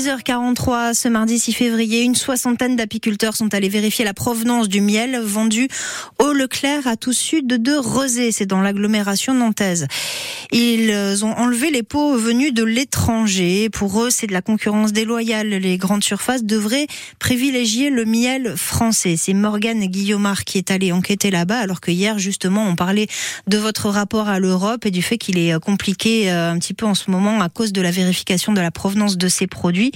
6h43 ce mardi 6 février, une soixantaine d'apiculteurs sont allés vérifier la provenance du miel vendu au Leclerc à tout sud de Rezé, c'est dans l'agglomération nantaise. Ils ont enlevé les pots venus de l'étranger. Pour eux, c'est de la concurrence déloyale. Les grandes surfaces devraient privilégier le miel français. C'est Morgane Guillaumard qui est allée enquêter là-bas, alors que hier, justement, on parlait de votre rapport à l'Europe et du fait qu'il est compliqué un petit peu en ce moment à cause de la vérification de la provenance de ces produits.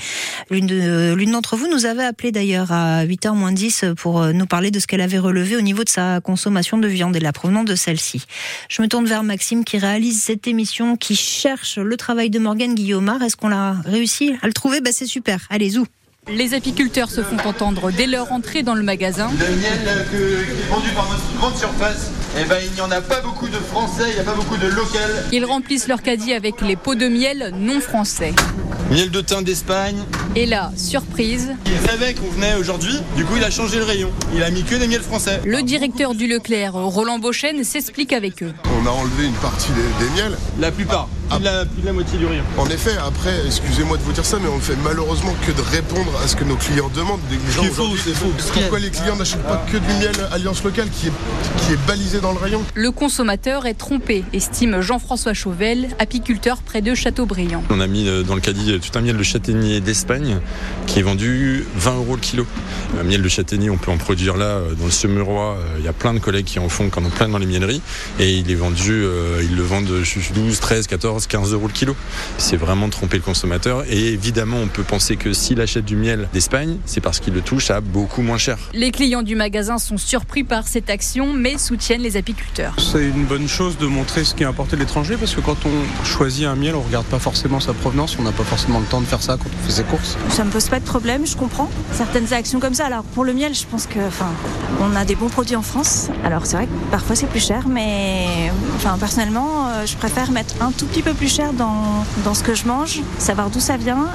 L'une d'entre vous nous avait appelé d'ailleurs à 8h-10 pour nous parler de ce qu'elle avait relevé au niveau de sa consommation de viande et de la provenance de celle-ci. Je me tourne vers Maxime qui réalise cette émission, qui cherche le travail de Morgane Guillaumard. Est-ce qu'on l'a réussi à le trouver ? C'est super. Allez, zou. Les apiculteurs se font entendre dès leur entrée dans le magasin. Le miel qui est vendu par notre grande surface, il n'y en a pas beaucoup de français, il n'y a pas beaucoup de local. Ils remplissent leur caddie avec les pots de miel non français. Miel de thym d'Espagne. Et là, surprise. Il savait qu'on venait aujourd'hui, du coup il a changé le rayon. Il a mis que des miels français. Le directeur du Leclerc, Roland Beauchesne, s'explique avec eux. On a enlevé une partie des miels. La plupart, plus de la moitié du rayon. En effet, après, excusez-moi de vous dire ça, mais on ne fait malheureusement que de répondre à ce que nos clients demandent. C'est faux. Pourquoi les clients n'achètent pas que du miel Alliance Locale qui est balisé dans le rayon ? Le consommateur est trompé, estime Jean-François Chauvel, apiculteur près de Châteaubriand. On a mis dans le caddie tout un miel de châtaignier d'Espagne qui est vendu 20 € le kilo. Un miel de châtaignier, on peut en produire là, dans le Semurois. Il y a plein de collègues qui en font, qui en ont plein dans les mieleries. Et il est vendu, ils le vendent 12, 13, 14, 15 € le kilo. C'est vraiment tromper le consommateur. Et évidemment, on peut penser que s'il achète du miel d'Espagne, c'est parce qu'il le touche à beaucoup moins cher. Les clients du magasin sont surpris par cette action, mais soutiennent les apiculteurs. C'est une bonne chose de montrer ce qui est importé de l'étranger, parce que quand on choisit un miel, on ne regarde pas forcément sa provenance, on n'a pas forcément le temps de faire ça quand on fait ses courses. Ça me pose pas de problème, je comprends certaines actions comme ça. Alors pour le miel, je pense que, on a des bons produits en France. Alors c'est vrai que parfois c'est plus cher, mais personnellement, je préfère mettre un tout petit peu plus cher dans ce que je mange, savoir d'où ça vient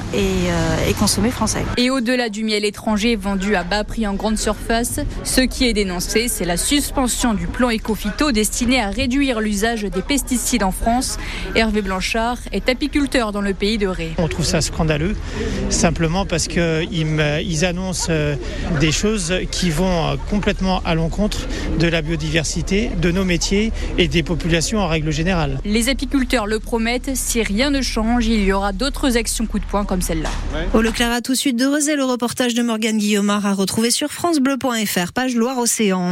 et consommer français. Et au-delà du miel étranger vendu à bas prix en grande surface, ce qui est dénoncé, c'est la suspension du plan Ecophyto destiné à réduire l'usage des pesticides en France. Hervé Blanchard est apiculteur dans le pays de Ré. On trouve ça scandaleux, simplement parce qu'ils annoncent des choses qui vont complètement à l'encontre de la biodiversité, de nos métiers et des populations en règle générale. Les apiculteurs le promettent, si rien ne change, il y aura d'autres actions coup de poing comme celle-là. Au Leclerc à tout sud de Rezé, le reportage de Morgane Guillaumard à retrouver sur francebleu.fr, page Loire-Océan.